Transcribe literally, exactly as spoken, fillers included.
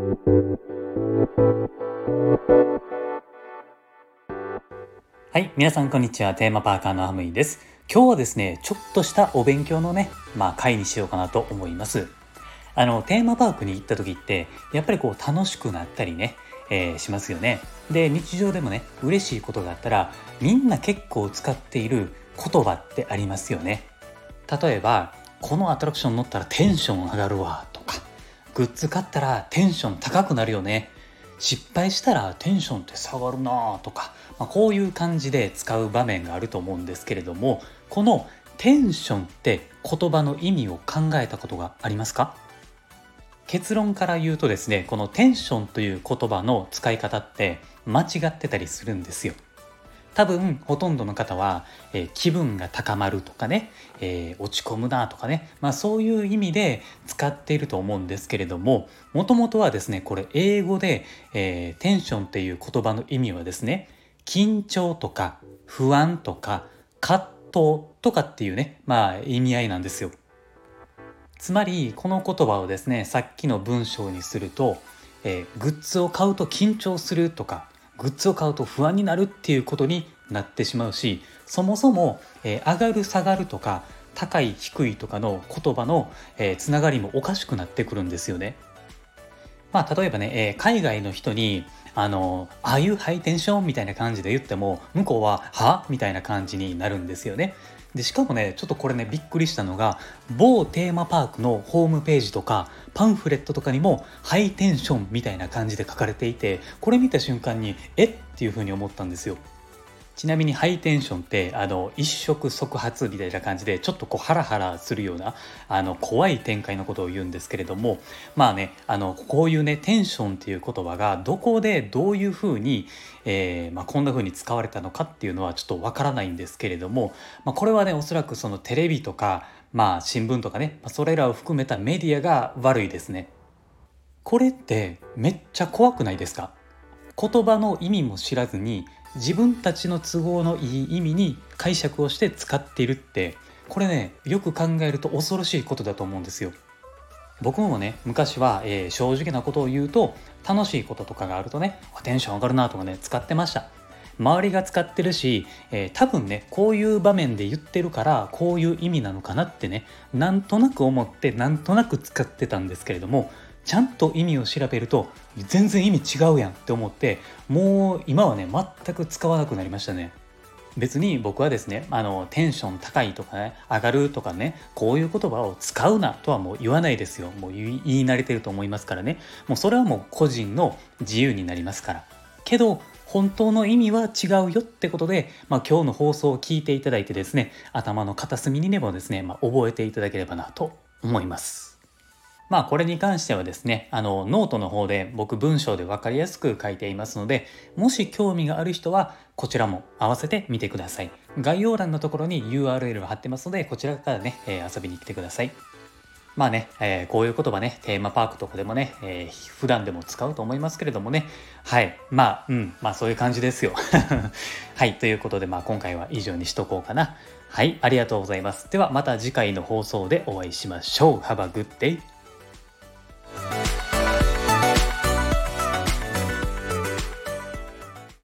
はい、皆さんこんにちは。テーマパーカーのハムイです。今日はですね、ちょっとしたお勉強のね、まあ回にしようかなと思います。あのテーマパークに行った時ってやっぱりこう楽しくなったりね、えーしますよね。で、日常でもね、嬉しいことがあったらみんな結構使っている言葉ってありますよね。例えば、このアトラクション乗ったらテンション上がるわとか、グッズ買ったらテンション高くなるよね、失敗したらテンションって下がるなとか、まあ、こういう感じで使う場面があると思うんですけれども、このテンションって言葉の意味を考えたことがありますか？結論から言うとですね、このテンションという言葉の使い方って間違ってたりするんですよ。多分ほとんどの方は、えー気分が高まるとかね、えー落ち込むなとかね、まあ、そういう意味で使っていると思うんですけれども、もともとはですね、これ英語で、えーテンションっていう言葉の意味はですね、緊張とか不安とか葛藤とかっていうね、まあ意味合いなんですよ。つまりこの言葉をですね、さっきの文章にすると、えーグッズを買うと緊張するとか、グッズを買うと不安になるっていうことになってしまうし、そもそも、えー上がる下がるとか高い低いとかの言葉の、えーつながりもおかしくなってくるんですよね。まあ例えばね、えー海外の人にあのああいうハイテンションみたいな感じで言っても、向こうははみたいな感じになるんですよね。でしかもね、ちょっとこれね、びっくりしたのが、某テーマパークのホームページとかパンフレットとかにもハイテンションみたいな感じで書かれていて、これ見た瞬間にえっていう風に思ったんですよ。ちなみにハイテンションってあの一触即発みたいな感じで、ちょっとこうハラハラするようなあの怖い展開のことを言うんですけれども、まあね、あのこういうね、テンションっていう言葉がどこでどういうふうに、えーまあ、こんな風に使われたのかっていうのはちょっとわからないんですけれども、まあ、これはね、おそらくそのテレビとか、まあ新聞とかね、まあそれらを含めたメディアが悪いですね。これってめっちゃ怖くないですか？言葉の意味も知らずに自分たちの都合のいい意味に解釈をして使っているって、これね、よく考えると恐ろしいことだと思うんですよ。僕もね、昔は、えー正直なことを言うと、楽しいこととかがあるとね、あテンション上がるなとかね、使ってました。周りが使ってるし、えー多分ね、こういう場面で言ってるからこういう意味なのかなってね、なんとなく思ってなんとなく使ってたんですけれども、ちゃんと意味を調べると全然意味違うやんって思って、もう今はね、全く使わなくなりましたね。別に僕はですね、あのテンション高いとかね、上がるとかね、こういう言葉を使うなとはもう言わないですよ。もう言い言い慣れてると思いますからね。もうそれはもう個人の自由になりますから。けど本当の意味は違うよってことで、まあ、今日の放送を聞いていただいてですね、頭の片隅にでもですね、まあ、覚えていただければなと思います。まあこれに関してはですね、あのノートの方で僕文章で分かりやすく書いていますので、もし興味がある人はこちらも合わせてみてください。概要欄のところに ユーアールエル を貼ってますので、こちらからね、えー遊びに来てください。まあね、えーこういう言葉ね、テーマパークとかでもね、えー普段でも使うと思いますけれどもね、はい、まあ、うん、まあそういう感じですよ。はい、ということで、まあ今回は以上にしとこうかな。はい、ありがとうございます。ではまた次回の放送でお会いしましょう。Have a good day!